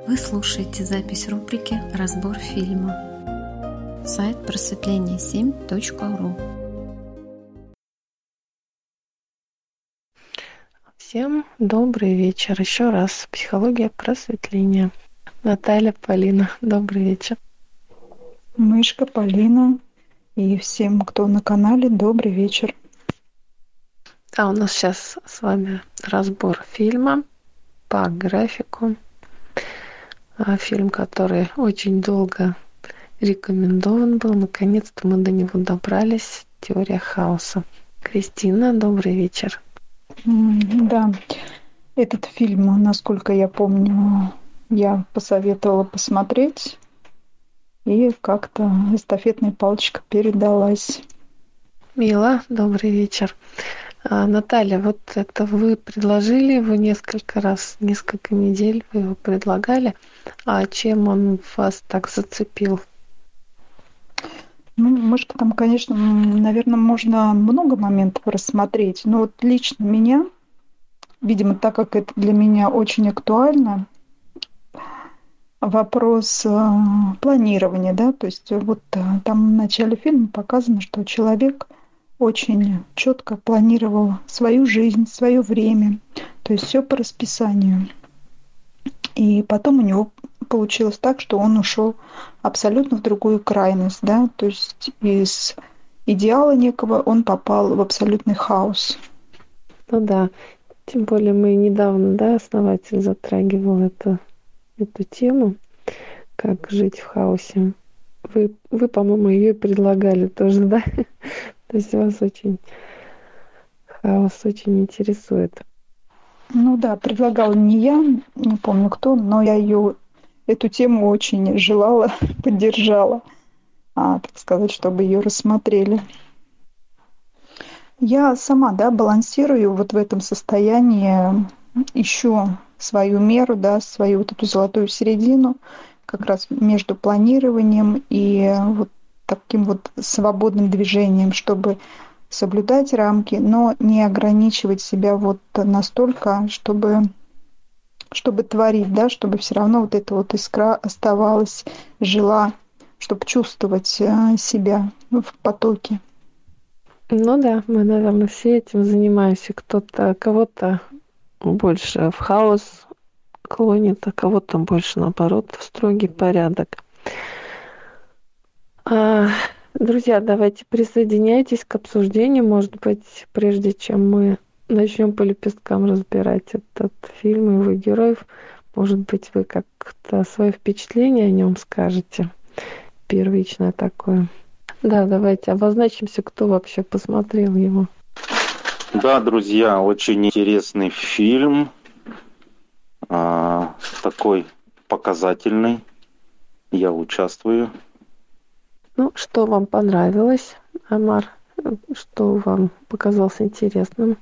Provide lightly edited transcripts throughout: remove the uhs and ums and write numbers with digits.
Вы слушаете запись рубрики «Разбор фильма». Сайт просветление7.ру. Всем добрый вечер. Еще раз. Психология просветления. Наталья, Полина, добрый вечер. Мышка, Полина и всем, кто на канале, добрый вечер. У нас сейчас с вами разбор фильма по графику. Фильм, который очень долго рекомендован был. Наконец-то мы до него добрались. «Теория хаоса». Кристина, добрый вечер. Да, этот фильм, насколько я помню, я посоветовала посмотреть, и как-то эстафетная палочка передалась. Мила, добрый вечер. Наталья, вот это вы предложили его несколько раз, несколько недель вы его предлагали. А чем он вас так зацепил? Мышка, там, конечно, наверное, можно много моментов рассмотреть, но вот лично меня, видимо, так как это для меня очень актуально, вопрос планирования, да, то есть вот там в начале фильма показано, что человек очень четко планировал свою жизнь, свое время, то есть все по расписанию. И потом у него получилось так, что он ушел абсолютно в другую крайность, да, то есть из идеала некого он попал в абсолютный хаос. Ну да, тем более мы недавно, основатель затрагивал эту тему, как жить в хаосе. Вы, по-моему, ее предлагали тоже, да? То есть вас хаос очень интересует. Ну да, предлагала не я, не помню кто, но я эту тему очень желала, поддержала, так сказать, чтобы ее рассмотрели. Я сама, балансирую вот в этом состоянии, ищу свою меру, свою вот эту золотую середину, как раз между планированием и вот таким вот свободным движением, чтобы соблюдать рамки, но не ограничивать себя вот настолько, чтобы творить, чтобы все равно вот эта вот искра оставалась, жила, чтобы чувствовать себя в потоке. Ну да, мы, наверное, все этим занимаемся. Кого-то больше в хаос клонит, а кого-то больше, наоборот, в строгий порядок. Друзья, давайте присоединяйтесь к обсуждению. Может быть, прежде чем мы начнем по лепесткам разбирать этот фильм и его героев, может быть, вы как-то свое впечатление о нем скажете. Первичное такое. Да, давайте обозначимся, кто вообще посмотрел его. Да, друзья, очень интересный фильм. Такой показательный. Я участвую. Что вам понравилось, Амар? Что вам показалось интересным?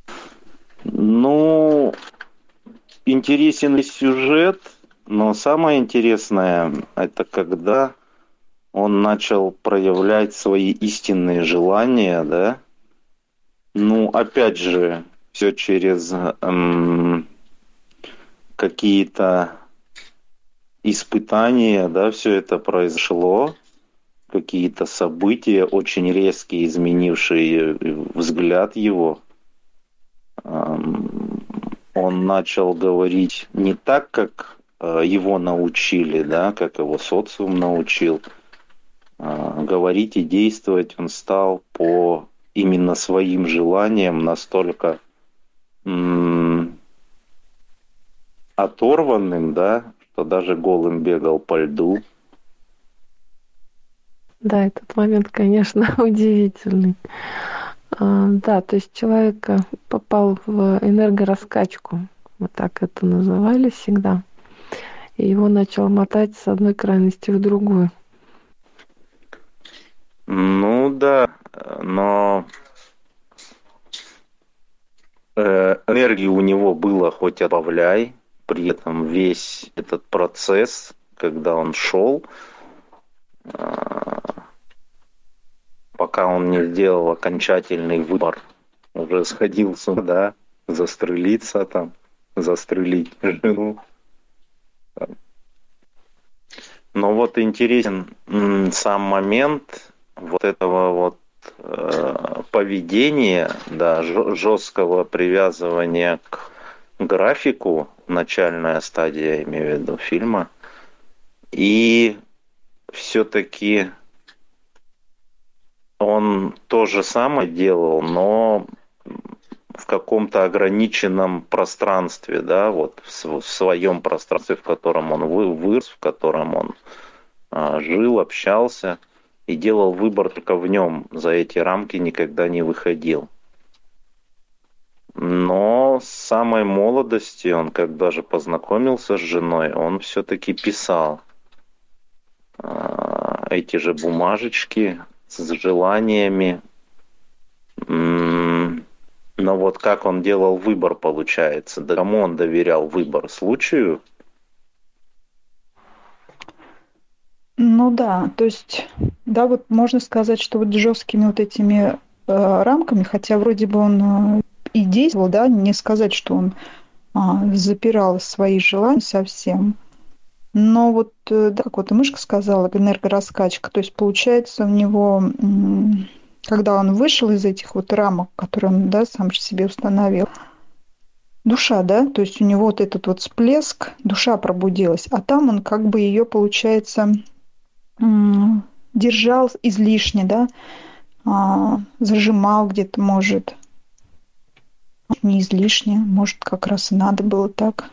Интересен сюжет, но самое интересное, это когда он начал проявлять свои истинные желания, да? Опять же, все через какие-то испытания, да, все это произошло. Какие-то события, очень резкие, изменившие взгляд его. Он начал говорить не так, как его научили, как его социум научил. Говорить и действовать он стал по именно своим желаниям, настолько оторванным, что даже голым бегал по льду. Да, этот момент, конечно, удивительный. То есть человек попал в энергораскачку, мы так это называли всегда, и его начало мотать с одной крайности в другую. Но энергии у него было хоть отбавляй, при этом весь этот процесс, когда он шел, пока он не сделал окончательный выбор, уже сходился, застрелиться застрелить жену, Но вот интересен сам момент вот этого вот поведения, да, жесткого привязывания к графику, начальная стадия, я имею в виду, фильма, и все-таки он то же самое делал, но в каком-то ограниченном пространстве, да, вот в своем пространстве, в котором он вырос, в котором он жил, общался и делал выбор только в нем, за эти рамки никогда не выходил. Но с самой молодости, он когда же познакомился с женой, он все-таки писал эти же бумажечки с желаниями. Но вот как он делал выбор, получается, да, кому он доверял выбор? Случаю? Ну да, то есть, да, вот можно сказать, что вот жесткими вот этими рамками, хотя вроде бы он и действовал, да, не сказать, что он запирал свои желания совсем. Но вот, да, как вот и Мышка сказала, энергораскачка, то есть получается у него, когда он вышел из этих вот рамок, которые он, да, сам же себе установил, душа, да, то есть у него вот этот вот всплеск, душа пробудилась, а там он как бы ее, получается, держал излишне, да, зажимал где-то, может, не излишне, может, как раз и надо было так.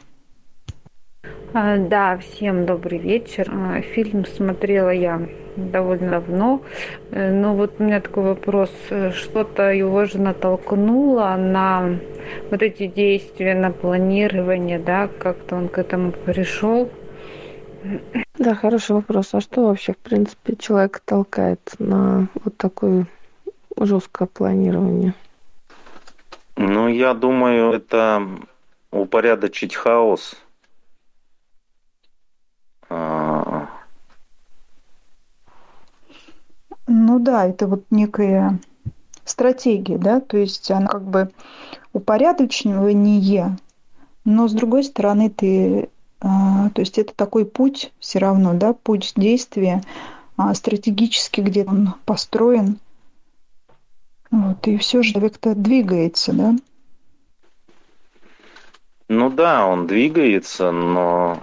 Да, всем добрый вечер. Фильм смотрела я довольно давно, но вот у меня такой вопрос. Что-то его же натолкнуло на вот эти действия, на планирование, да, как-то он к этому пришел? Да, хороший вопрос. А что вообще, в принципе, человек толкает на вот такое жесткое планирование? Ну, я думаю, это упорядочить хаос. Ну да, это вот некая стратегия, да, то есть она как бы упорядочивание, но с другой стороны то есть это такой путь все равно, да, путь действия, стратегически где он построен, вот, и все же человек-то двигается, да. Ну да, он двигается, но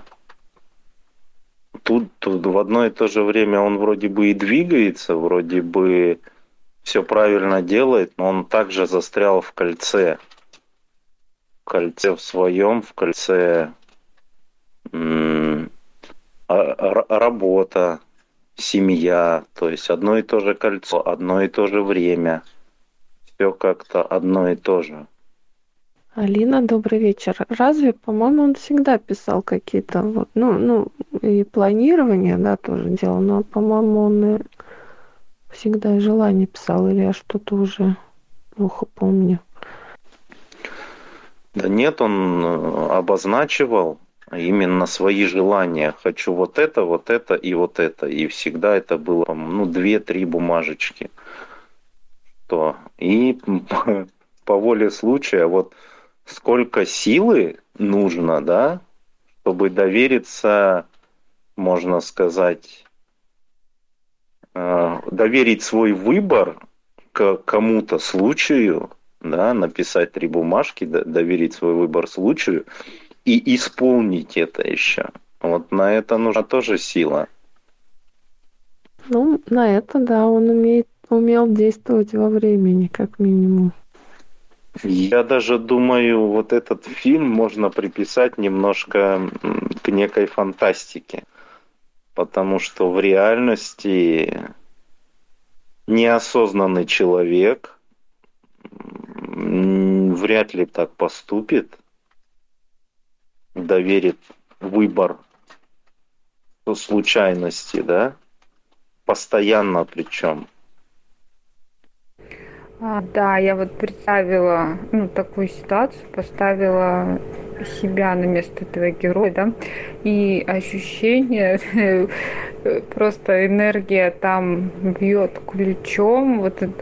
тут в одно и то же время он вроде бы и двигается, вроде бы все правильно делает, но он также застрял в кольце. В кольце в своем, в кольце работа, семья, то есть одно и то же кольцо, одно и то же время. Все как-то одно и то же. Алина, добрый вечер. Разве, по-моему, он всегда писал какие-то вот, и планирование, да, тоже делал, но, по-моему, он и всегда и желания писал, или я что-то уже плохо помню. Да нет, он обозначивал именно свои желания. Хочу вот это и вот это. И всегда это было, 2-3 бумажечки. И по воле случая, вот сколько силы нужно, да, чтобы довериться, можно сказать, доверить свой выбор кому-то случаю, да, написать 3 бумажки, доверить свой выбор случаю и исполнить это еще. Вот на это нужна тоже сила. Ну, на это, да, он умел действовать во времени, как минимум. Я даже думаю, вот этот фильм можно приписать немножко к некой фантастике. Потому что в реальности неосознанный человек вряд ли так поступит, доверит выбор случайности, да, постоянно причем. Да, я вот представила, такую ситуацию, поставила себя на место этого героя, да, и ощущение, просто энергия там бьет ключом, вот это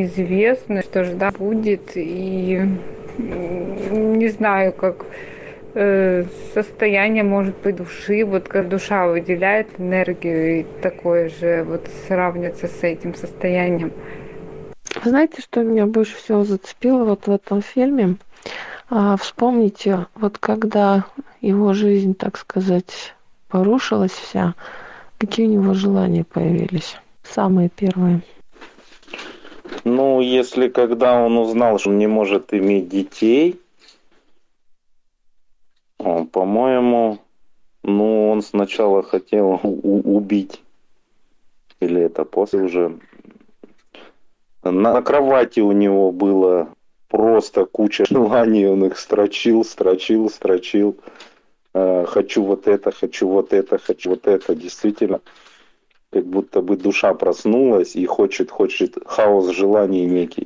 неизвестно, что же, да, будет, и не знаю, как состояние, может быть, души, вот как душа выделяет энергию, и такое же вот сравнится с этим состоянием. Вы знаете, что меня больше всего зацепило вот в этом фильме? Вспомните, вот когда его жизнь, так сказать, порушилась вся, какие у него желания появились? Самые первые. Ну, если когда он узнал, что он не может иметь детей, по-моему, он сначала хотел убить. Или это после уже. На кровати у него было просто куча желаний, он их строчил. Хочу вот это, хочу вот это, хочу вот это. Действительно, как будто бы душа проснулась и хочет хаос желаний некий.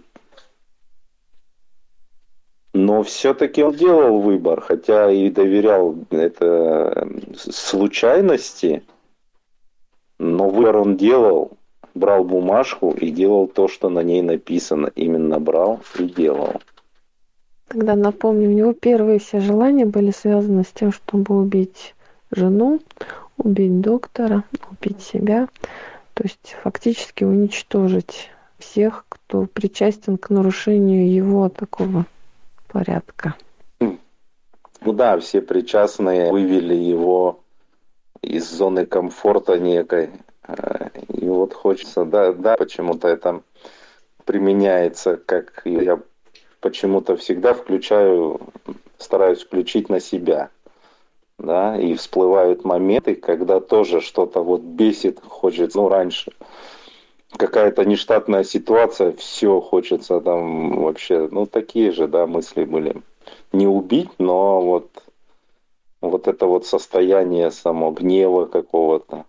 Но все-таки он делал выбор, хотя и доверял это случайности, но выбор он делал, брал бумажку и делал то, что на ней написано. Именно брал и делал. Тогда напомню, у него первые все желания были связаны с тем, чтобы убить жену, убить доктора, убить себя. То есть фактически уничтожить всех, кто причастен к нарушению его такого порядка. Ну да, все причастные вывели его из зоны комфорта некой. И вот хочется, да, почему-то это применяется, как я почему-то всегда стараюсь включить на себя. Да, и всплывают моменты, когда тоже что-то вот бесит, хочется, раньше. Какая-то нештатная ситуация, все хочется там вообще, такие же, да, мысли были. Не убить, но вот это вот состояние само гнева какого-то.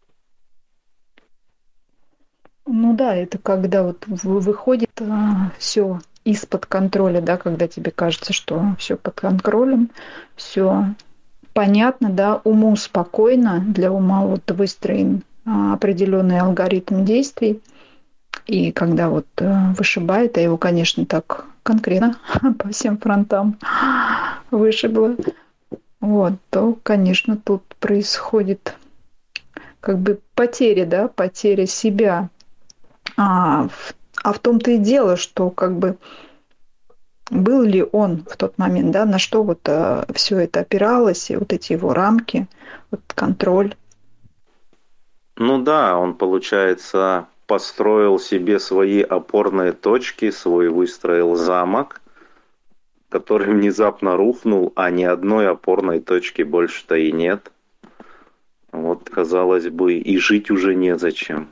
Ну да, это когда вот выходит все из-под контроля, да, когда тебе кажется, что все под контролем, все понятно, да, уму спокойно, для ума вот выстроен определенный алгоритм действий, и когда вот вышибает, а его, конечно, так конкретно по всем фронтам вышибло, вот, то, конечно, тут происходит как бы потеря себя. А в том-то и дело, что как бы был ли он в тот момент, да, на что вот все это опиралось, и вот эти его рамки, вот контроль. Ну да, он, получается, построил себе свои опорные точки, выстроил замок, который внезапно рухнул, а ни одной опорной точки больше-то и нет. Вот, казалось бы, и жить уже незачем.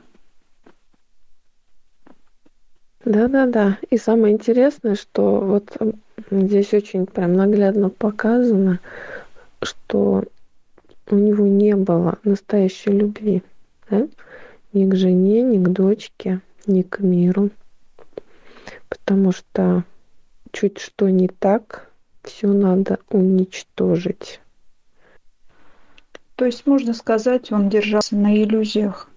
Да. И самое интересное, что вот здесь очень прям наглядно показано, что у него не было настоящей любви, да? Ни к жене, ни к дочке, ни к миру. Потому что чуть что не так, все надо уничтожить. То есть, можно сказать, он держался на иллюзиях.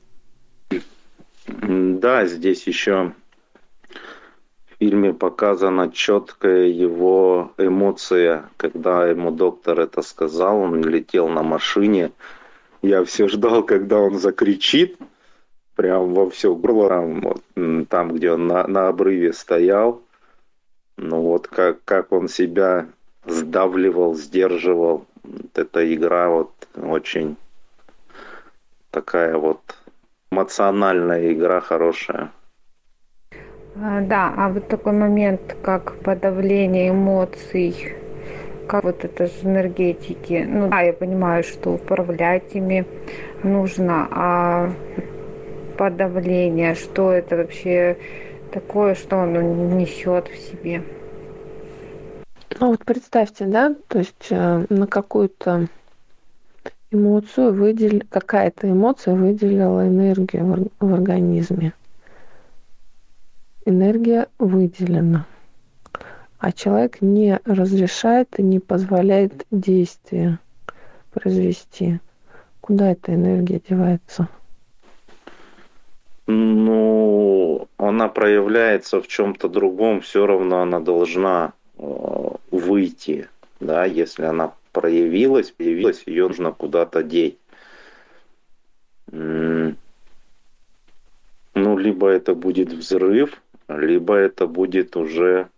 Да, здесь еще в фильме показана четкая его эмоция, когда ему доктор это сказал, он летел на машине. Я все ждал, когда он закричит, прям во все горло, там, где он на обрыве стоял. Ну вот как он себя сдавливал, сдерживал. Вот эта игра вот очень такая вот эмоциональная игра, хорошая. Да, а вот такой момент, как подавление эмоций, как вот это с энергетики. Ну да, я понимаю, что управлять ими нужно, а подавление, что это вообще такое, что оно несет в себе? Ну вот представьте, да, то есть на какую-то эмоцию какая-то эмоция выделила энергию в организме. Энергия выделена, а человек не разрешает и не позволяет действия произвести. Куда эта энергия девается? Ну, она проявляется в чем-то другом, все равно она должна выйти, да, если она проявилась, ее нужно куда-то деть. Ну, либо это будет взрыв, либо это будет уже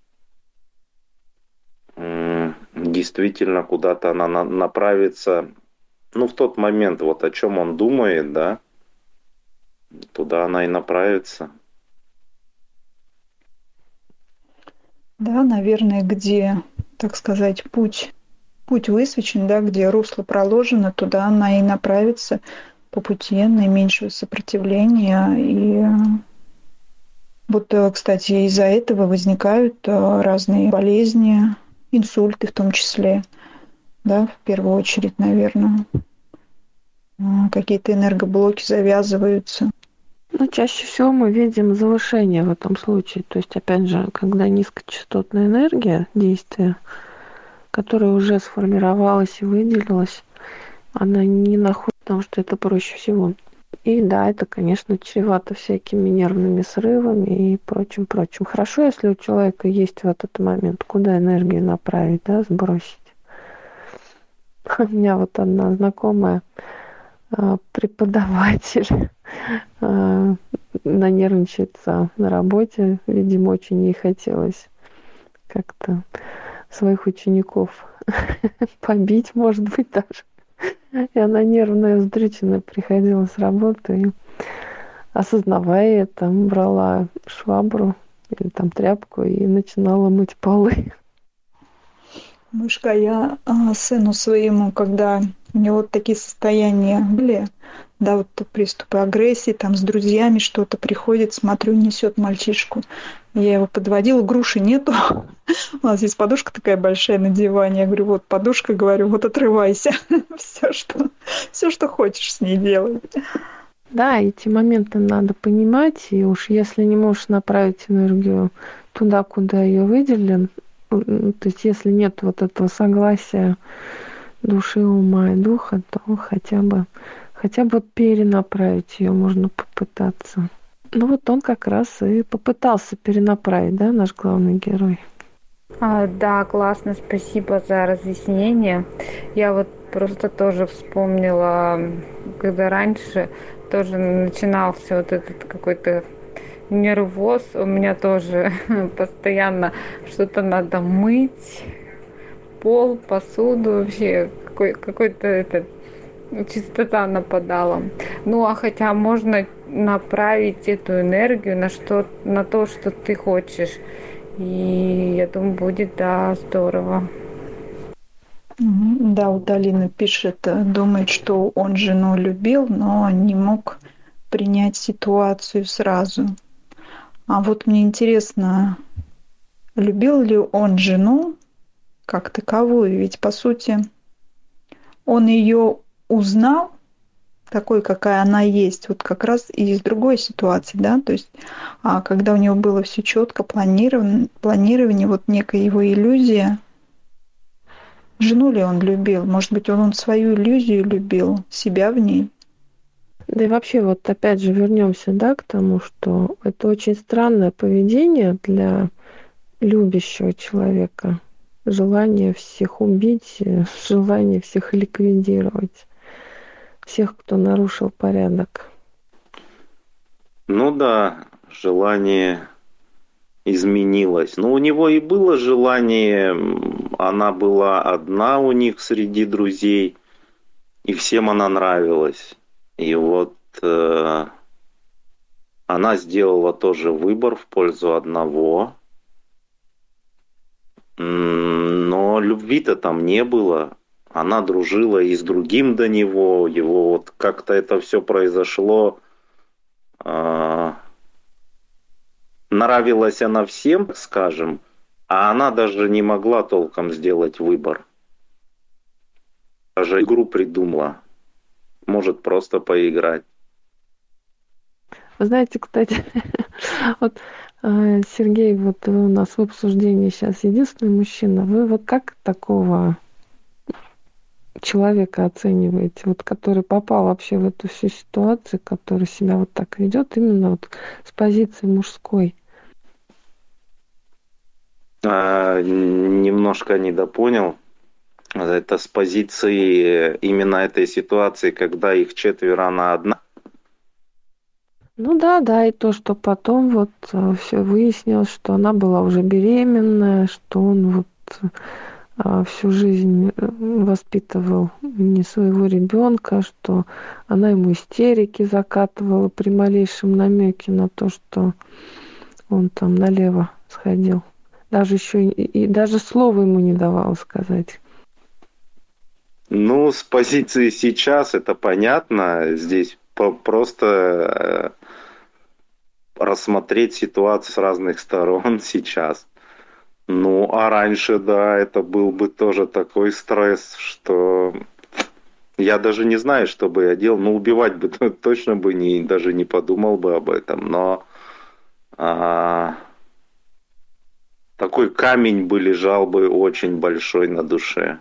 действительно куда-то она направится. Ну, в тот момент, вот о чем он думает, да, туда она и направится. Да, наверное, где, так сказать, путь высвечен, да, где русло проложено, туда она и направится по пути наименьшего сопротивления. И вот, кстати, из-за этого возникают разные болезни, инсульты в том числе, да, в первую очередь, наверное. Какие-то энергоблоки завязываются. Ну, чаще всего мы видим завышение в этом случае. То есть, опять же, когда низкочастотная энергия действия, которая уже сформировалась и выделилась, она не находит, потому что это проще всего. И да, это, конечно, чревато всякими нервными срывами и прочим. Хорошо, если у человека есть в этот момент, куда энергию направить, да, сбросить. У меня вот одна знакомая преподаватель нанервничается на работе. Видимо, очень ей хотелось как-то своих учеников побить, может быть, даже. И она нервная, вздрюченная приходила с работы и, осознавая это, брала швабру или там тряпку и начинала мыть полы. Мышка, я сыну своему, когда у него вот такие состояния были, да, вот приступы агрессии, там с друзьями что-то приходит, смотрю, несет мальчишку. Я его подводила, груши нету. У нас есть подушка такая большая на диване. Я говорю, вот подушка, говорю, вот отрывайся. Все, что хочешь с ней делай. Да, эти моменты надо понимать, и уж если не можешь направить энергию туда, куда ее выделили, то есть если нет вот этого согласия души, ума и духа, то хотя бы вот перенаправить ее можно попытаться. Ну вот он как раз и попытался перенаправить, да, наш главный герой. Да, классно, спасибо за разъяснение. Я вот просто тоже вспомнила, когда раньше тоже начинался вот этот какой-то нервоз, у меня тоже постоянно что-то надо мыть, пол, посуду, вообще какой-то чистота нападала. Ну, а хотя можно направить эту энергию на то, что ты хочешь. И я думаю, будет, да, здорово. Да, вот Алина пишет, думает, что он жену любил, но не мог принять ситуацию сразу. А вот мне интересно, любил ли он жену как таковую? Ведь, по сути, он ее узнал такой, какая она есть, вот как раз и из другой ситуации, да, то есть, когда у него было все четко планирование, вот некая его иллюзия. Жену ли он любил? Может быть, он свою иллюзию любил, себя в ней? Да и вообще, вот опять же вернемся, да, к тому, что это очень странное поведение для любящего человека. Желание всех убить, желание всех ликвидировать, всех, кто нарушил порядок. Ну да, желание изменилось. Но у него и было желание, она была одна у них среди друзей, и всем она нравилась. И вот она сделала тоже выбор в пользу одного, но любви-то там не было. Она дружила и с другим до него, его вот как-то это все произошло. Нравилась она всем, так скажем, а она даже не могла толком сделать выбор. Даже игру придумала. Может просто поиграть. Вы знаете, кстати, вот Сергей, вот вы у нас в обсуждении сейчас единственный мужчина. Вы вот как такого человека оцениваете, вот который попал вообще в эту всю ситуацию, который себя вот так ведет, именно вот с позиции мужской? Немножко недопонял. Это с позиции именно этой ситуации, когда их четверо, она одна. Ну да, да, и то, что потом вот все выяснилось, что она была уже беременная, что он вот всю жизнь воспитывал не своего ребенка, что она ему истерики закатывала при малейшем намеке на то, что он там налево сходил. Даже еще и даже слова ему не давала сказать. Ну, с позиции сейчас это понятно. Здесь просто рассмотреть ситуацию с разных сторон сейчас. Ну, а раньше, да, это был бы тоже такой стресс, что я даже не знаю, что бы я делал. Ну, убивать бы точно бы даже не подумал бы об этом. Но такой камень бы лежал бы очень большой на душе.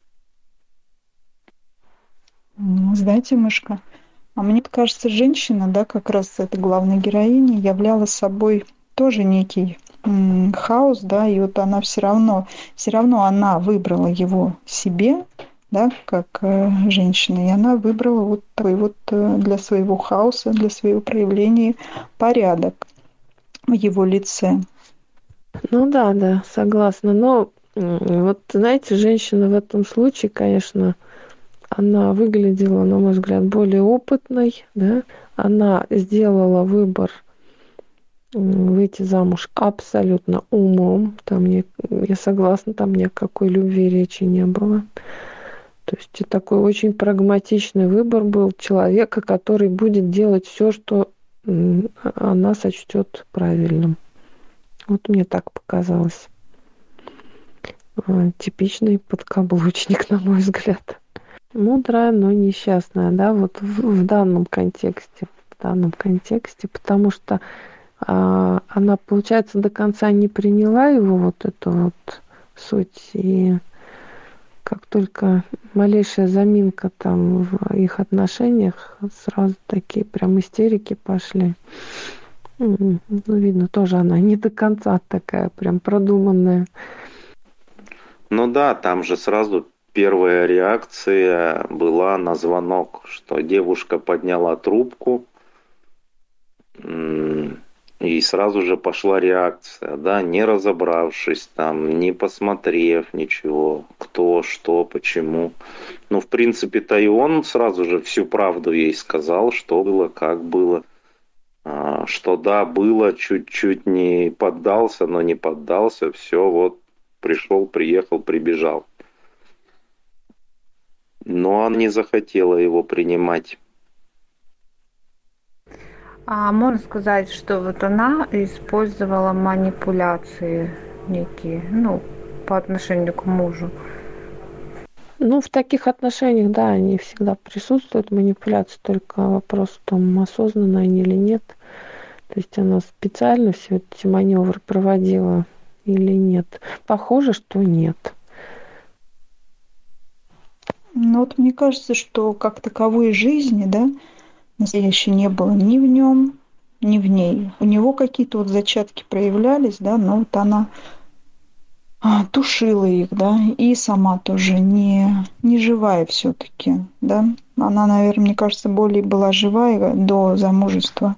Знаете, Мышка, а мне кажется, женщина, да, как раз эта главная героиня, являла собой тоже некий хаос, да, и вот она все равно она выбрала его себе, да, как женщина, и она выбрала вот такой вот для своего хаоса, для своего проявления порядок в его лице. Ну да, да, согласна. Но вот, знаете, женщина в этом случае, конечно, она выглядела, на мой взгляд, более опытной, да, она сделала выбор выйти замуж абсолютно умом, там я согласна, там ни о какой любви речи не было. То есть такой очень прагматичный выбор был человека, который будет делать все, что она сочтет правильным. Вот мне так показалось. Типичный подкаблучник, на мой взгляд. Мудрая, но несчастная, да, вот в данном контексте, потому что она, получается, до конца не приняла его вот эту вот суть, и как только малейшая заминка там в их отношениях, сразу такие прям истерики пошли. Ну, видно, тоже она не до конца такая прям продуманная. Ну да, там же сразу первая реакция была на звонок, что девушка подняла трубку, и сразу же пошла реакция, да, не разобравшись там, не посмотрев ничего, кто, что, почему. Ну, в принципе-то и он сразу же всю правду ей сказал, что было, как было. Что да, было, чуть-чуть не поддался, но не поддался, все, вот пришел, приехал, прибежал. Но она не захотела его принимать. А можно сказать, что вот она использовала манипуляции некие, ну, по отношению к мужу. Ну, в таких отношениях, да, они всегда присутствуют, манипуляции, только вопрос в том, осознанно они или нет. То есть она специально все эти маневры проводила или нет. Похоже, что нет. Ну вот мне кажется, что как таковой жизни, да, настоящей не было ни в нем, ни в ней. У него какие-то вот зачатки проявлялись, да, но вот она тушила их, да, и сама тоже не живая все-таки, да. Она, наверное, мне кажется, более была живая до замужества.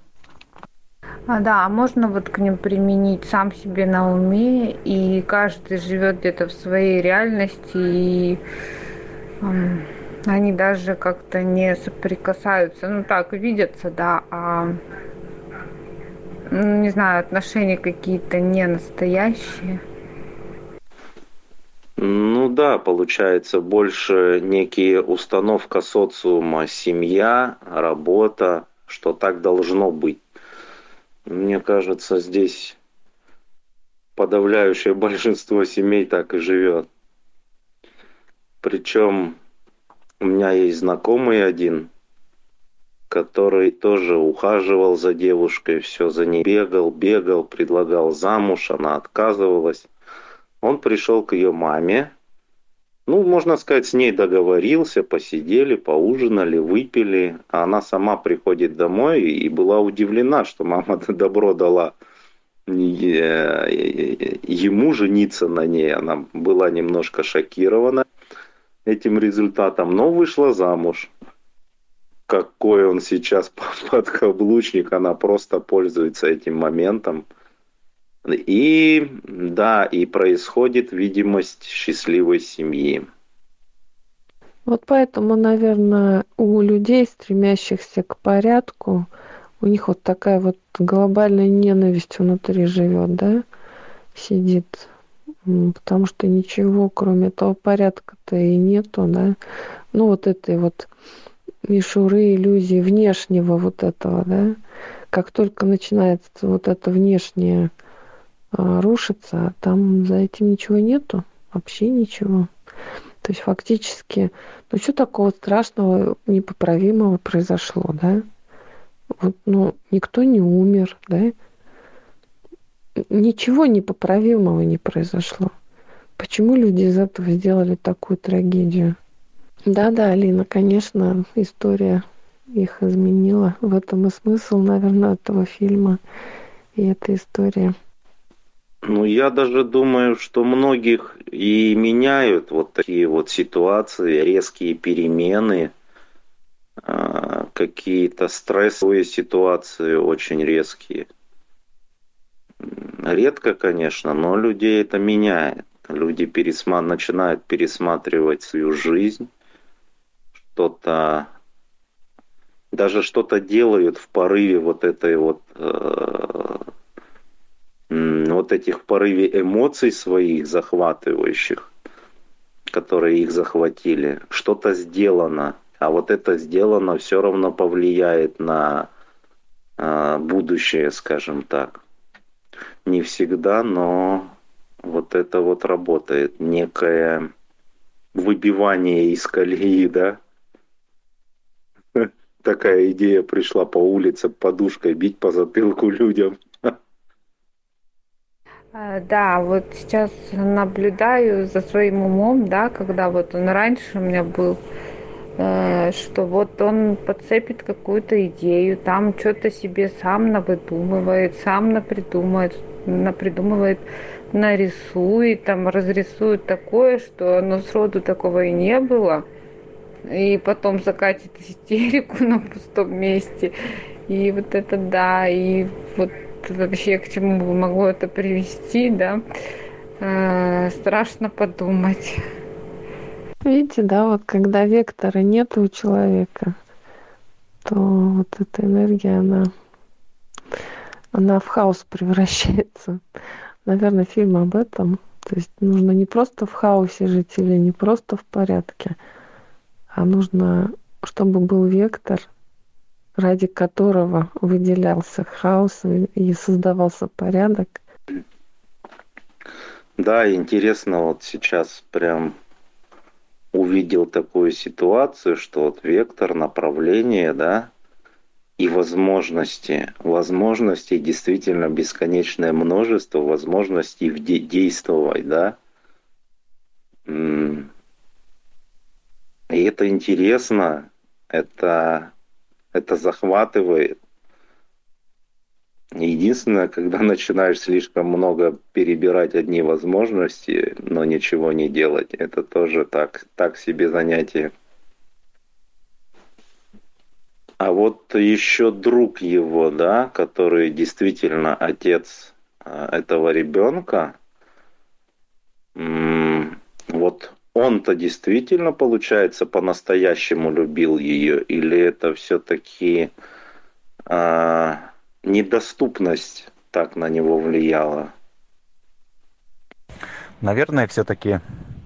Да, можно вот к ним применить сам себе на уме, и каждый живет где-то в своей реальности, и они даже как-то не соприкасаются, ну так, видятся, да, не знаю, отношения какие-то не настоящие. Ну да, получается, больше некие установка социума, семья, работа, что так должно быть. Мне кажется, здесь подавляющее большинство семей так и живет. Причем у меня есть знакомый один, который тоже ухаживал за девушкой, все за ней бегал, предлагал замуж, она отказывалась. Он пришел к ее маме, ну, можно сказать, с ней договорился, посидели, поужинали, выпили. А она сама приходит домой и была удивлена, что мама добро дала ему жениться на ней. Она была немножко шокирована. этим результатом, но вышла замуж. Какой он сейчас подкаблучник, она просто пользуется этим моментом. И да, и происходит видимость счастливой семьи. Вот поэтому, наверное, у людей, стремящихся к порядку, у них вот такая вот глобальная ненависть внутри живет, да, сидит. Потому что ничего, кроме этого порядка-то и нету, да. Ну, вот этой вот мишуры, иллюзии внешнего вот этого, да. Как только начинается вот это внешнее рушиться, там за этим ничего нету, вообще ничего. То есть фактически, ну что такого страшного, непоправимого произошло, да? Вот, ну, никто не умер, да? Ничего непоправимого не произошло. Почему люди из этого сделали такую трагедию? Да-да, Алина, конечно, история их изменила. В этом и смысл, наверное, этого фильма и этой истории. Ну, я даже думаю, что многих и меняют вот такие вот ситуации, резкие перемены, какие-то стрессовые ситуации очень резкие. Редко, конечно, но людей это меняет. Люди начинают пересматривать свою жизнь, даже что-то делают в порыве вот этой вот этих порыве эмоций своих захватывающих, которые их захватили. Что-то сделано, а вот это сделано все равно повлияет на будущее, скажем так. Не всегда, но вот это вот работает. Некое выбивание из колеи, да? Такая идея пришла: по улице подушкой бить по затылку людям. Да, вот сейчас наблюдаю за своим умом, да, когда вот он раньше у меня был, что вот он подцепит какую-то идею, там что-то себе сам навыдумывает, сам напридумывает, нарисует, там разрисует такое, что оно сроду такого и не было, и потом закатит истерику на пустом месте, и вот это да, и вот вообще к чему могло это привести, да, страшно подумать. Видите, да, вот когда вектора нет у человека, то вот эта энергия, она в хаос превращается. Наверное, фильм об этом. То есть нужно не просто в хаосе жить или не просто в порядке, а нужно, чтобы был вектор, ради которого выделялся хаос и создавался порядок. Да, интересно, вот сейчас прям увидел такую ситуацию, что вот вектор, направление, да, и возможности действительно бесконечное множество возможностей действовать, да. И это интересно, это захватывает. Единственное, когда начинаешь слишком много перебирать одни возможности, но ничего не делать, это тоже так себе занятие. А вот еще друг его, да, который действительно отец этого ребенка, вот он-то действительно, получается, по-настоящему любил ее, или это все-таки недоступность так на него влияла? Наверное, все-таки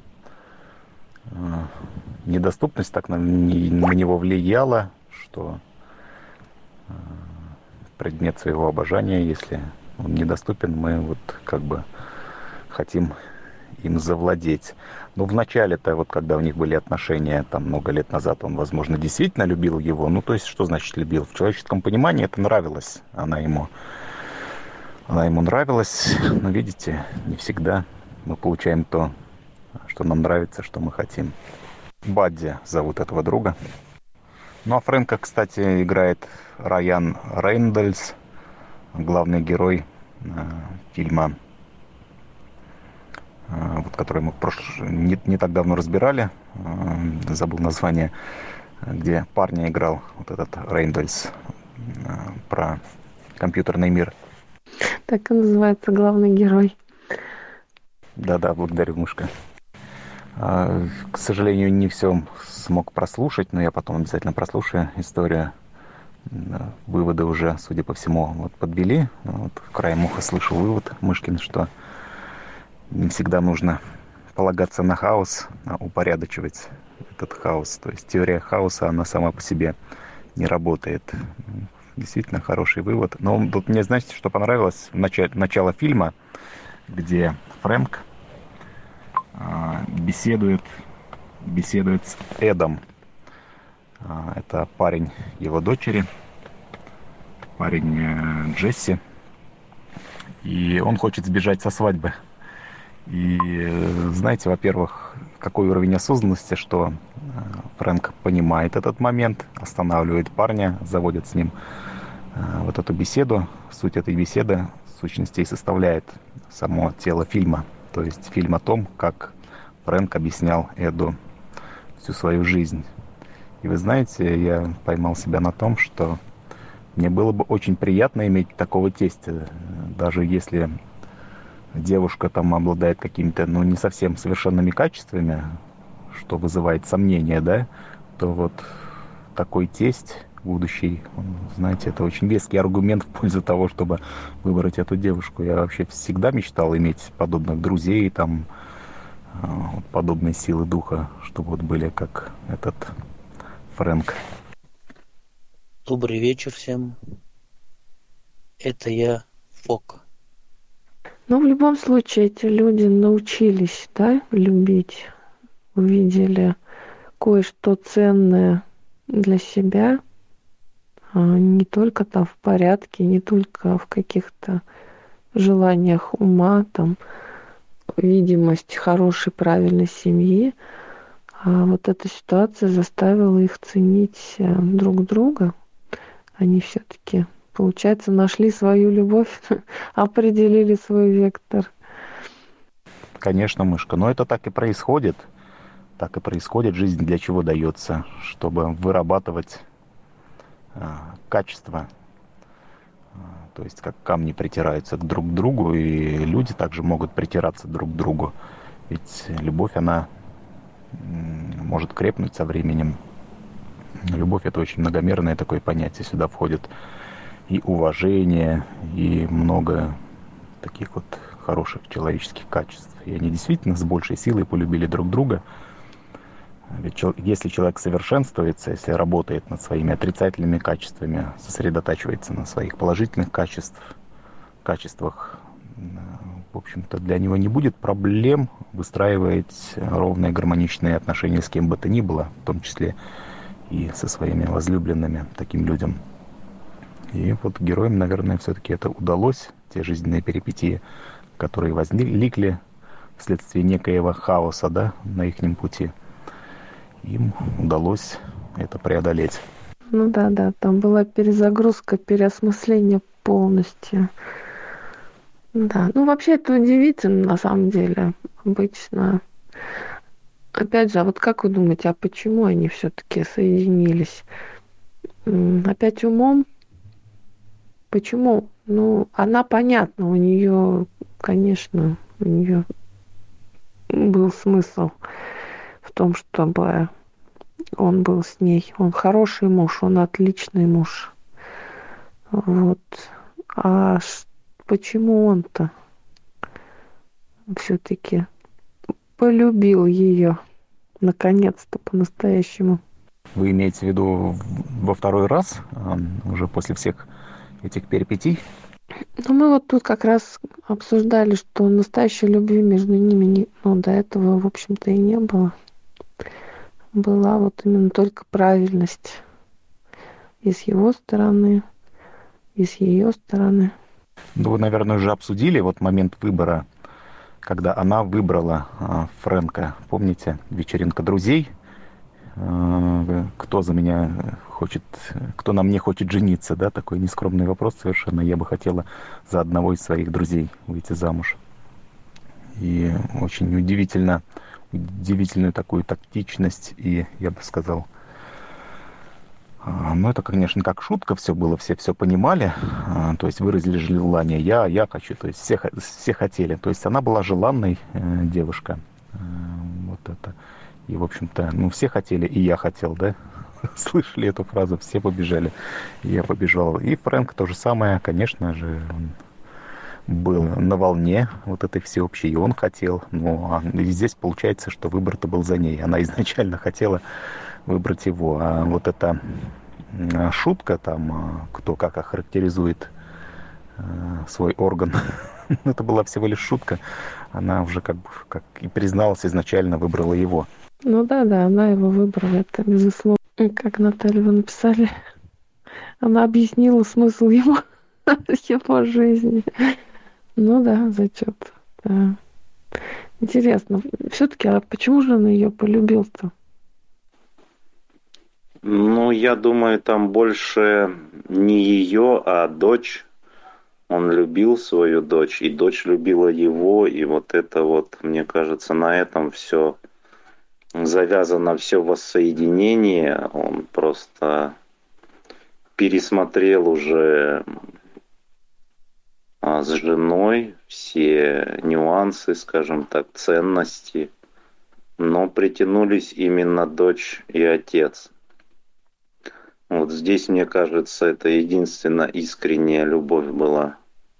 недоступность так на него влияла, что предмет своего обожания, если он недоступен, мы вот как бы хотим им завладеть. Но в начале-то, вот когда у них были отношения, там много лет назад, он, возможно, действительно любил его. Ну, то есть, что значит любил? В человеческом понимании это нравилось. Она ему нравилась. Но, видите, не всегда мы получаем то, что нам нравится, что мы хотим. Бадди зовут этого друга. Ну, а Фрэнка, кстати, играет Райан Рейнольдс, главный герой фильма вот, который мы не так давно разбирали, забыл название, где парня играл вот этот Рейндольс, про компьютерный мир. Так и называется главный герой. Да-да, благодарю, мышка. К сожалению, не все смог прослушать, но я потом обязательно прослушаю историю. Выводы уже, судя по всему, вот подвели. Вот краем уха слышу вывод Мышкин, что не всегда нужно полагаться на хаос, а упорядочивать этот хаос. То есть теория хаоса, она сама по себе не работает. Действительно хороший вывод. Но тут мне, знаете, что понравилось? Начало фильма, где Фрэнк беседует с Эдом. Это парень его дочери, парень Джесси. И он хочет сбежать со свадьбы. И знаете, во-первых, какой уровень осознанности, что Фрэнк понимает этот момент, останавливает парня, заводит с ним вот эту беседу. Суть этой беседы, в сущности, и составляет само тело фильма. То есть фильм о том, как Фрэнк объяснял Эду всю свою жизнь. И вы знаете, я поймал себя на том, что мне было бы очень приятно иметь такого тестя, даже если девушка там обладает какими-то, не совсем совершенными качествами, что вызывает сомнения, да, то вот такой тесть будущий, знаете, это очень веский аргумент в пользу того, чтобы выбрать эту девушку. Я вообще всегда мечтал иметь подобных друзей, там, подобные силы духа, чтобы вот были как этот Фрэнк. Добрый вечер всем. Это я, Фок. Но в любом случае эти люди научились, да, любить, увидели кое-что ценное для себя, не только там в порядке, не только в каких-то желаниях ума, там, видимость хорошей, правильной семьи, а вот эта ситуация заставила их ценить друг друга. Они все-таки, получается, нашли свою любовь, определили свой вектор. Конечно, мышка, но это так и происходит. Так и происходит. Жизнь для чего дается? Чтобы вырабатывать качество. То есть как камни притираются друг к другу, и люди также могут притираться друг к другу. Ведь любовь, она может крепнуть со временем. Любовь — это очень многомерное такое понятие. Сюда входит и уважение, и много таких вот хороших человеческих качеств. И они действительно с большей силой полюбили друг друга. Ведь если человек совершенствуется, если работает над своими отрицательными качествами, сосредотачивается на своих положительных качествах, в общем-то, для него не будет проблем выстраивать ровные гармоничные отношения с кем бы то ни было, в том числе и со своими возлюбленными таким людям. И вот героям, наверное, все-таки это удалось, те жизненные перипетии, которые возникли вследствие некоего хаоса, да, на их пути. Им удалось это преодолеть. Ну да, там была перезагрузка, переосмысление полностью. Да, вообще это удивительно на самом деле. Обычно. Опять же, а вот как вы думаете, а почему они все-таки соединились? Опять умом? Почему? Она, понятно, у нее, конечно, у нее был смысл в том, чтобы он был с ней. Он хороший муж, он отличный муж. Вот. А почему он-то все-таки полюбил ее наконец-то по-настоящему? Вы имеете в виду во второй раз, уже после всех этих перипетий? Мы вот тут как раз обсуждали, что настоящей любви между ними до этого, в общем-то, и не было. Была вот именно только правильность и с его стороны, и с ее стороны. Вы, наверное, уже обсудили вот момент выбора, когда она выбрала Фрэнка. Помните, вечеринка друзей? Кто за меня хочет, кто на мне хочет жениться, да? Такой нескромный вопрос совершенно. Я бы хотела за одного из своих друзей выйти замуж. и очень удивительную такую тактичность, и, я бы сказал, ну, это, конечно, как шутка все было, все понимали, то есть выразили желание, я хочу, то есть все хотели, то есть она была желанной девушка, вот это, и, в общем-то, ну, все хотели, и я хотел, да, слышали эту фразу, все побежали, и я побежал, и Фрэнк то же самое, конечно же, он был на волне вот этой всеобщей, и он хотел, но и здесь получается, что выбор-то был за ней, она изначально хотела выбрать его. А вот эта шутка, там, кто как охарактеризует свой орган, это была всего лишь шутка. Она уже как и призналась изначально, выбрала его. Ну да, она его выбрала, это безусловно. Как Наталья вы написали, она объяснила смысл его жизни. Ну да, зачет. Да. Интересно, все-таки, а почему же он ее полюбил-то? Ну, я думаю, там больше не ее, а дочь. Он любил свою дочь, и дочь любила его, и вот это вот, мне кажется, на этом все завязано, все воссоединение. Он просто пересмотрел уже с женой все нюансы, скажем так, ценности, но притянулись именно дочь и отец. Вот здесь, мне кажется, это единственная искренняя любовь была.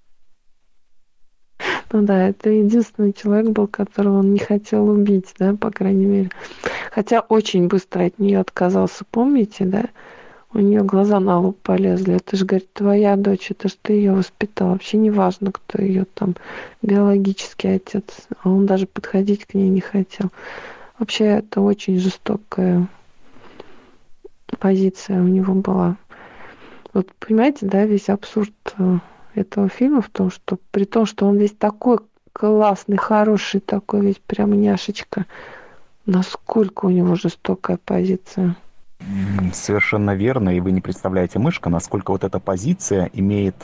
Ну да, это единственный человек был, которого он не хотел убить, да, по крайней мере. Хотя очень быстро от нее отказался, помните, да? У нее глаза на лоб полезли. Это же, говорит, твоя дочь, это же ты ее воспитал. Вообще не важно, кто ее там биологический отец. А он даже подходить к ней не хотел. Вообще это очень жестокая позиция у него была. Вот понимаете, да, весь абсурд этого фильма в том, что при том, что он весь такой классный, хороший, такой весь прям няшечка, насколько у него жестокая позиция. Совершенно верно, и вы не представляете, Мышка, насколько вот эта позиция имеет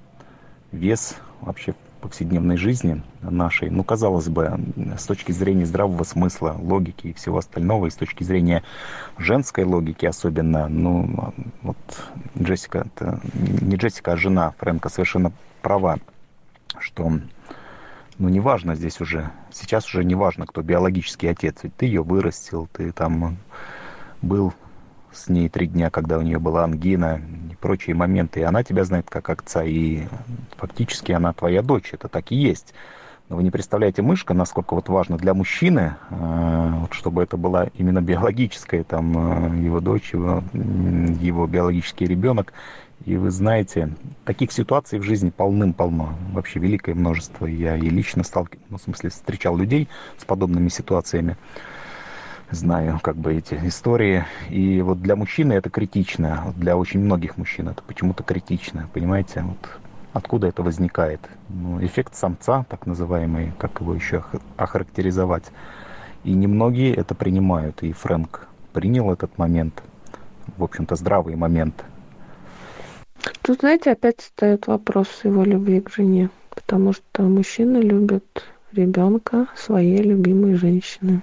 вес вообще в повседневной жизни нашей. Ну, казалось бы, с точки зрения здравого смысла, логики и всего остального, и с точки зрения женской логики особенно, ну, вот Джессика, не Джессика, а жена Фрэнка совершенно права, что, ну, неважно здесь уже, сейчас уже неважно, кто биологический отец, ведь ты ее вырастил, ты там был с ней 3 дня, когда у нее была ангина и прочие моменты, и она тебя знает как отца, и фактически она твоя дочь, это так и есть. Но вы не представляете, Мышка, насколько вот важно для мужчины, вот, чтобы это была именно биологическая, там, его дочь, его биологический ребенок. И вы знаете, таких ситуаций в жизни полным-полно, вообще великое множество. Я и лично встречал людей с подобными ситуациями. Знаю как бы эти истории. И вот для мужчины это критично. Для очень многих мужчин это почему-то критично. Понимаете? Вот откуда это возникает? Ну, эффект самца, так называемый, как его еще охарактеризовать. И немногие это принимают. И Фрэнк принял этот момент. В общем-то, здравый момент. Тут, знаете, опять встает вопрос его любви к жене. Потому что мужчины любят ребенка своей любимой женщины.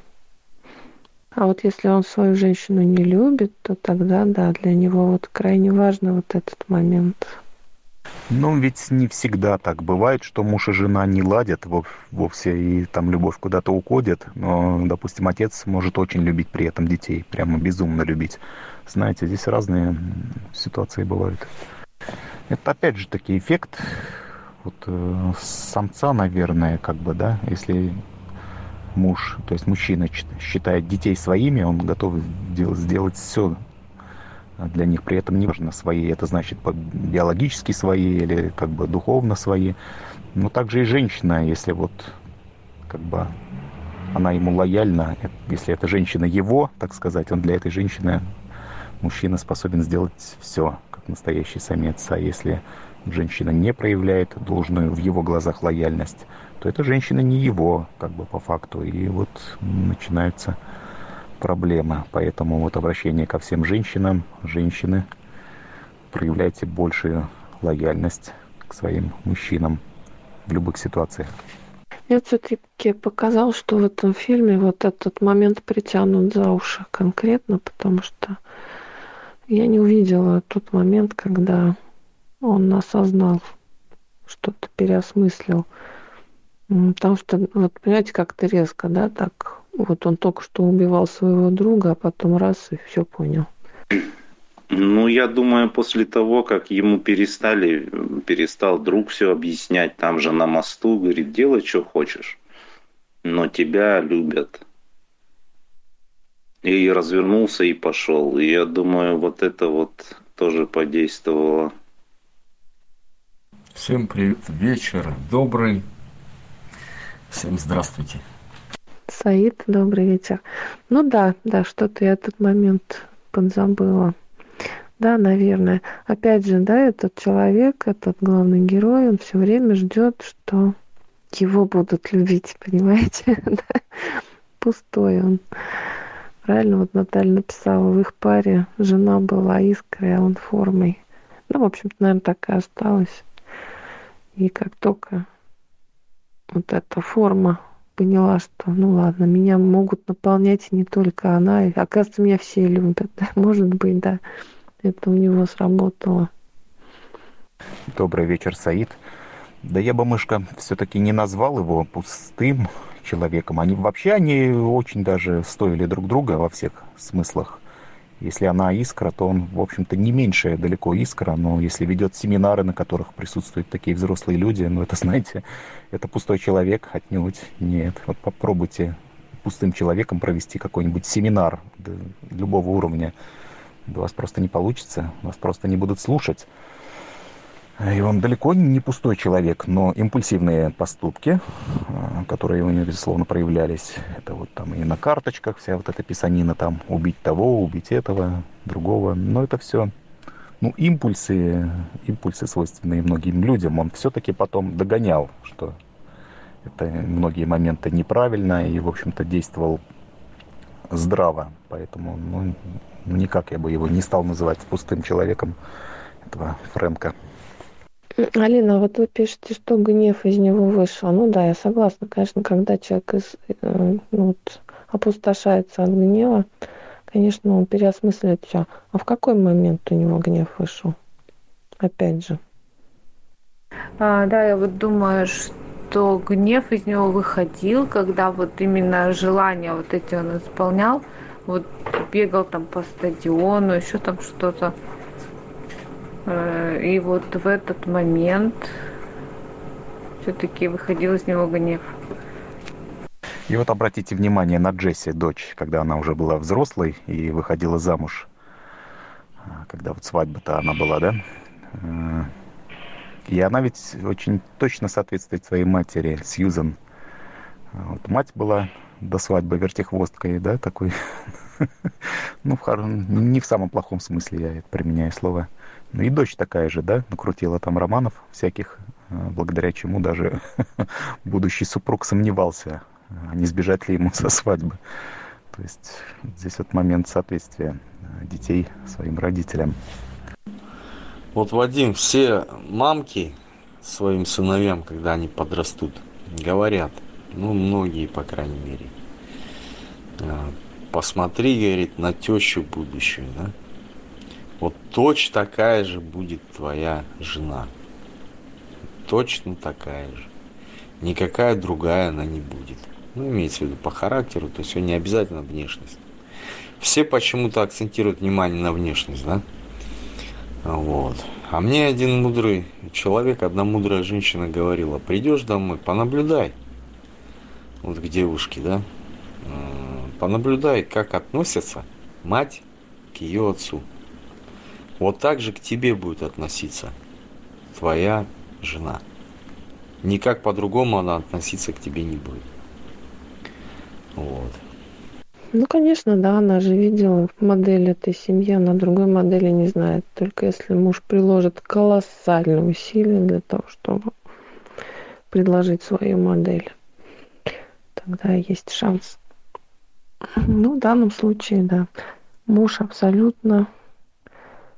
А вот если он свою женщину не любит, то тогда, да, для него вот крайне важно вот этот момент. Ну, ведь не всегда так бывает, что муж и жена не ладят вовсе, и там любовь куда-то уходит. Но, допустим, отец может очень любить при этом детей, прямо безумно любить. Знаете, здесь разные ситуации бывают. Это, опять же, таки эффект вот, самца, наверное, как бы, да, если муж, то есть мужчина считает детей своими, он готов сделать все для них, при этом не важно свои, это значит биологически свои или как бы духовно свои. Но также и женщина, если вот как бы она ему лояльна, если эта женщина его, так сказать, он для этой женщины, мужчина способен сделать все, как настоящий самец. А если женщина не проявляет должную в его глазах лояльность, то эта женщина не его, как бы по факту. И вот начинаются проблемы. Поэтому вот обращение ко всем женщинам. Женщины, проявляйте большую лояльность к своим мужчинам в любых ситуациях. Мне все-таки показалось, что в этом фильме вот этот момент притянут за уши конкретно, потому что я не увидела тот момент, когда он осознал, что-то переосмыслил. Потому что, вот понимаете, как-то резко, да, так. Вот он только что убивал своего друга, а потом раз и все понял. Ну, я думаю, после того, как ему перестал друг все объяснять, там же на мосту, говорит, делай, что хочешь, но тебя любят. И развернулся и пошел. И я думаю, вот это вот тоже подействовало. Всем привет, вечер добрый. Всем здравствуйте. Саид, добрый вечер. Ну да, что-то я этот момент подзабыла. Да, наверное. Опять же, да, этот человек, этот главный герой, он все время ждет, что его будут любить, понимаете? Пустой он. Правильно, вот Наталья написала, в их паре жена была искрой, а он формой. Ну, в общем-то, наверное, так и осталось. И как только вот эта форма поняла, что, ну ладно, меня могут наполнять не только она, и, оказывается, меня все любят. Да? Может быть, да, это у него сработало. Добрый вечер, Саид. Да я бы, Мышка, все-таки не назвал его пустым человеком. Они очень даже стоили друг друга во всех смыслах. Если она искра, то он, в общем-то, не меньшая далеко искра, но если ведет семинары, на которых присутствуют такие взрослые люди, ну, это, знаете, это пустой человек, отнюдь нет. Вот попробуйте пустым человеком провести какой-нибудь семинар любого уровня. Да у вас просто не получится, вас просто не будут слушать. И он далеко не пустой человек, но импульсивные поступки, которые у него, безусловно, проявлялись, это вот там и на карточках вся вот эта писанина, там, убить того, убить этого, другого, но это все, ну, импульсы, свойственные многим людям, он все-таки потом догонял, что это многие моменты неправильно и, в общем-то, действовал здраво, поэтому, ну, никак я бы его не стал называть пустым человеком, этого Фрэнка. Алина, вот вы пишете, что гнев из него вышел. Ну да, я согласна, конечно, когда человек опустошается от гнева, конечно, он переосмысливает все. А в какой момент у него гнев вышел? Опять же. Да, я вот думаю, что гнев из него выходил, когда вот именно желания вот эти он исполнял, вот бегал там по стадиону, еще там что-то. И вот в этот момент все-таки выходил из него гнев. И вот обратите внимание на Джесси, дочь, когда она уже была взрослой и выходила замуж. Когда вот свадьба-то она была, да? И она ведь очень точно соответствует своей матери, Сьюзан. Вот мать была до свадьбы вертихвосткой, да, такой. Ну, не в самом плохом смысле я это применяю слово. Ну и дочь такая же, да, накрутила там романов всяких, благодаря чему даже будущий супруг сомневался, не сбежать ли ему со свадьбы. То есть здесь вот момент соответствия детей своим родителям. Вот, Вадим, все мамки своим сыновьям, когда они подрастут, говорят, ну, многие, по крайней мере, посмотри, говорит, на тещу будущую, да? Вот точно такая же будет твоя жена. Точно такая же. Никакая другая она не будет. Ну, имеется в виду по характеру, то есть не обязательно внешность. Все почему-то акцентируют внимание на внешность, да? Вот. А мне один мудрый человек, одна мудрая женщина говорила, придешь домой, понаблюдай. Вот к девушке, да? Понаблюдай, как относятся мать к ее отцу. Вот так же к тебе будет относиться твоя жена. Никак по-другому она относиться к тебе не будет. Вот. Ну, конечно, да, она же видела модель этой семьи, она другой модели не знает. Только если муж приложит колоссальные усилия для того, чтобы предложить свою модель, тогда есть шанс. Ну, в данном случае, да, муж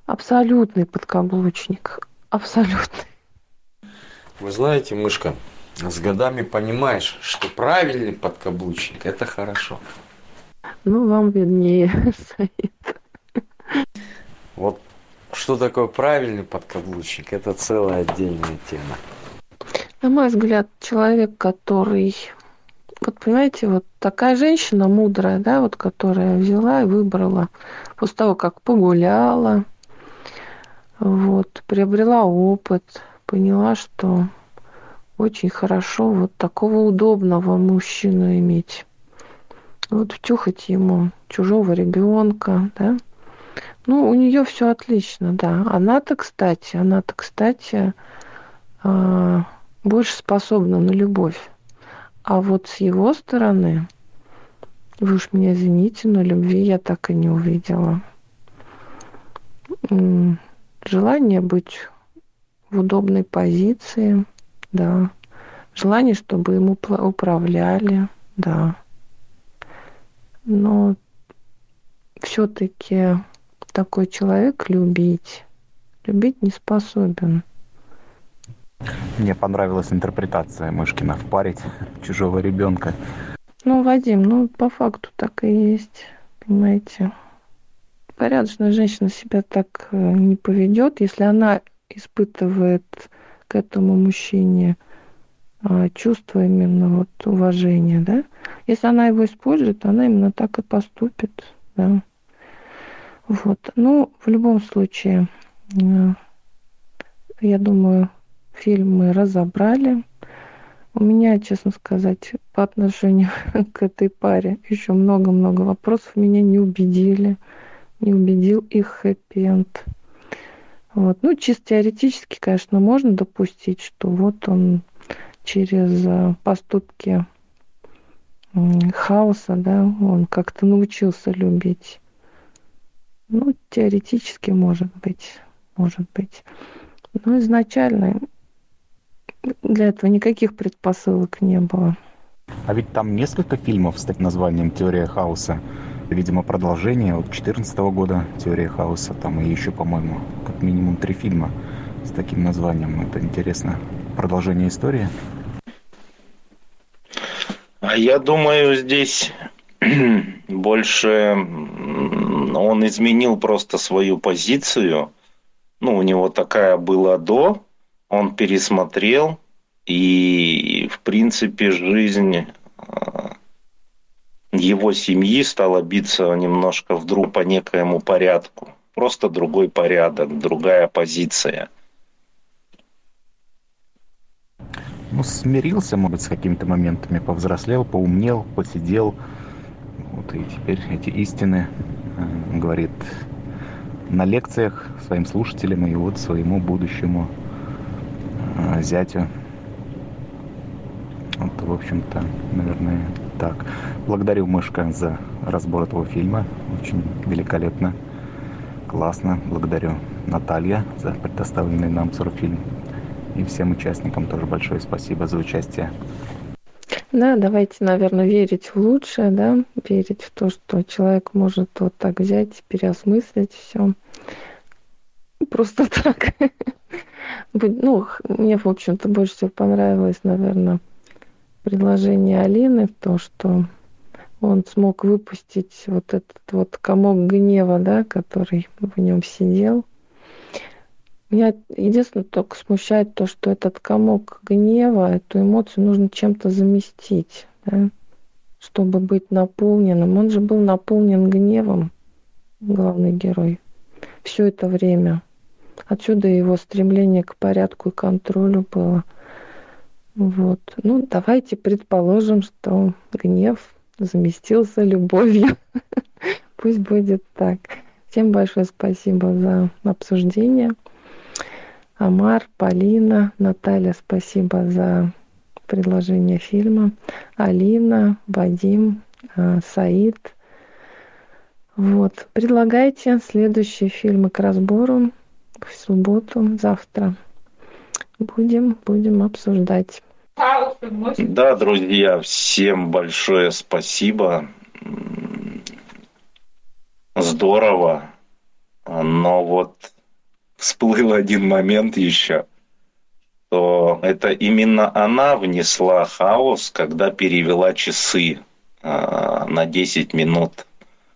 абсолютный подкаблучник. Абсолютный. Вы знаете, Мышка, С годами понимаешь, что правильный подкаблучник – это хорошо. Ну, вам виднее, Саид. Вот что такое правильный подкаблучник – это целая отдельная тема. На мой взгляд, человек, который... Вот понимаете, вот такая женщина мудрая, да, вот которая взяла и выбрала после того, как погуляла, вот, приобрела опыт, поняла, что очень хорошо вот такого удобного мужчину иметь. Вот втюхать ему чужого ребенка, да. Ну, у нее все отлично, да. Она-то, кстати, больше способна на любовь. А вот с его стороны, вы уж меня извините, но любви я так и не увидела. Желание быть в удобной позиции, да. Желание, чтобы ему управляли, да. Но все-таки такой человек любить не способен. Мне понравилась интерпретация Мышкина впарить чужого ребенка. Ну, Вадим, по факту так и есть, понимаете. Порядочная женщина себя так не поведет, если она испытывает к этому мужчине чувство именно вот уважения, да. Если она его использует, она именно так и поступит, да. Вот. Ну, в любом случае, я думаю, фильм мы разобрали. У меня, честно сказать, по отношению к этой паре еще много-много вопросов меня не убедил их хэппи-энд. Вот. Ну, чисто теоретически, конечно, можно допустить, что вот он через поступки хаоса, да, он как-то научился любить. Ну, теоретически, может быть. Но изначально для этого никаких предпосылок не было. А ведь там несколько фильмов с таким названием «Теория хаоса». Видимо, продолжение от 2014 года «Теория хаоса». Там и еще, по-моему, как минимум 3 фильма с таким названием. Это интересно. Продолжение истории? А я думаю, здесь больше он изменил просто свою позицию. Ну, у него такая была до, он пересмотрел, и, в принципе, жизнь его семьи стала биться немножко вдруг по некоему порядку. Просто другой порядок, другая позиция. Ну, смирился, может быть, с какими-то моментами, повзрослел, поумнел, посидел. Вот и теперь эти истины говорит на лекциях своим слушателям и вот своему будущему зятю. Вот, в общем-то, наверное, так. Благодарю, Мышка, за разбор этого фильма. Очень великолепно, классно. Благодарю, Наталья, за предоставленный нам сурфильм. И всем участникам тоже большое спасибо за участие. Да, давайте, наверное, верить в лучшее, да, верить в то, что человек может вот так взять, переосмыслить все. Просто так. Ну, мне, в общем-то, больше всего понравилось, наверное, предложение Алины, то, что он смог выпустить вот этот вот комок гнева, да, который в нем сидел. Меня единственное только смущает то, что этот комок гнева, эту эмоцию нужно чем-то заместить, да, чтобы быть наполненным. Он же был наполнен гневом, главный герой, все это время. Отсюда его стремление к порядку и контролю было. Вот. Ну, давайте предположим, что гнев заместился любовью. Пусть будет так. Всем большое спасибо за обсуждение. Амар, Полина, Наталья, спасибо за предложение фильма. Алина, Вадим, Саид. Вот. Предлагайте следующие фильмы к разбору в субботу, завтра. Будем обсуждать. Да, друзья, всем большое спасибо. Здорово. Но вот всплыл один момент еще. что это именно она внесла хаос, когда перевела часы на 10 минут.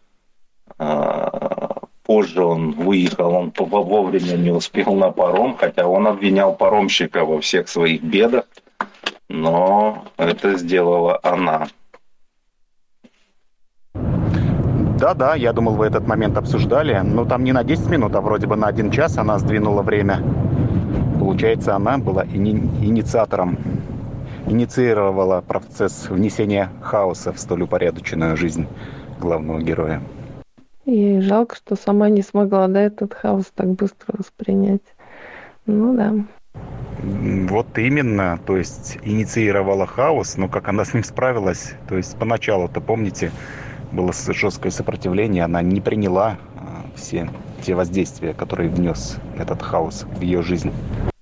Позже он выехал, он вовремя не успел на паром, хотя он обвинял паромщика во всех своих бедах, но это сделала она. Да, я думал, вы этот момент обсуждали. Но там не на 10 минут, а вроде бы на 1 час она сдвинула время. Получается, она была инициатором, инициировала процесс внесения хаоса в столь упорядоченную жизнь главного героя. Ей жалко, что сама не смогла, да, этот хаос так быстро воспринять. Ну да. Вот именно, то есть инициировала хаос, но как она с ним справилась, то есть поначалу-то, помните, было жесткое сопротивление, она не приняла все те воздействия, которые внес этот хаос в ее жизнь.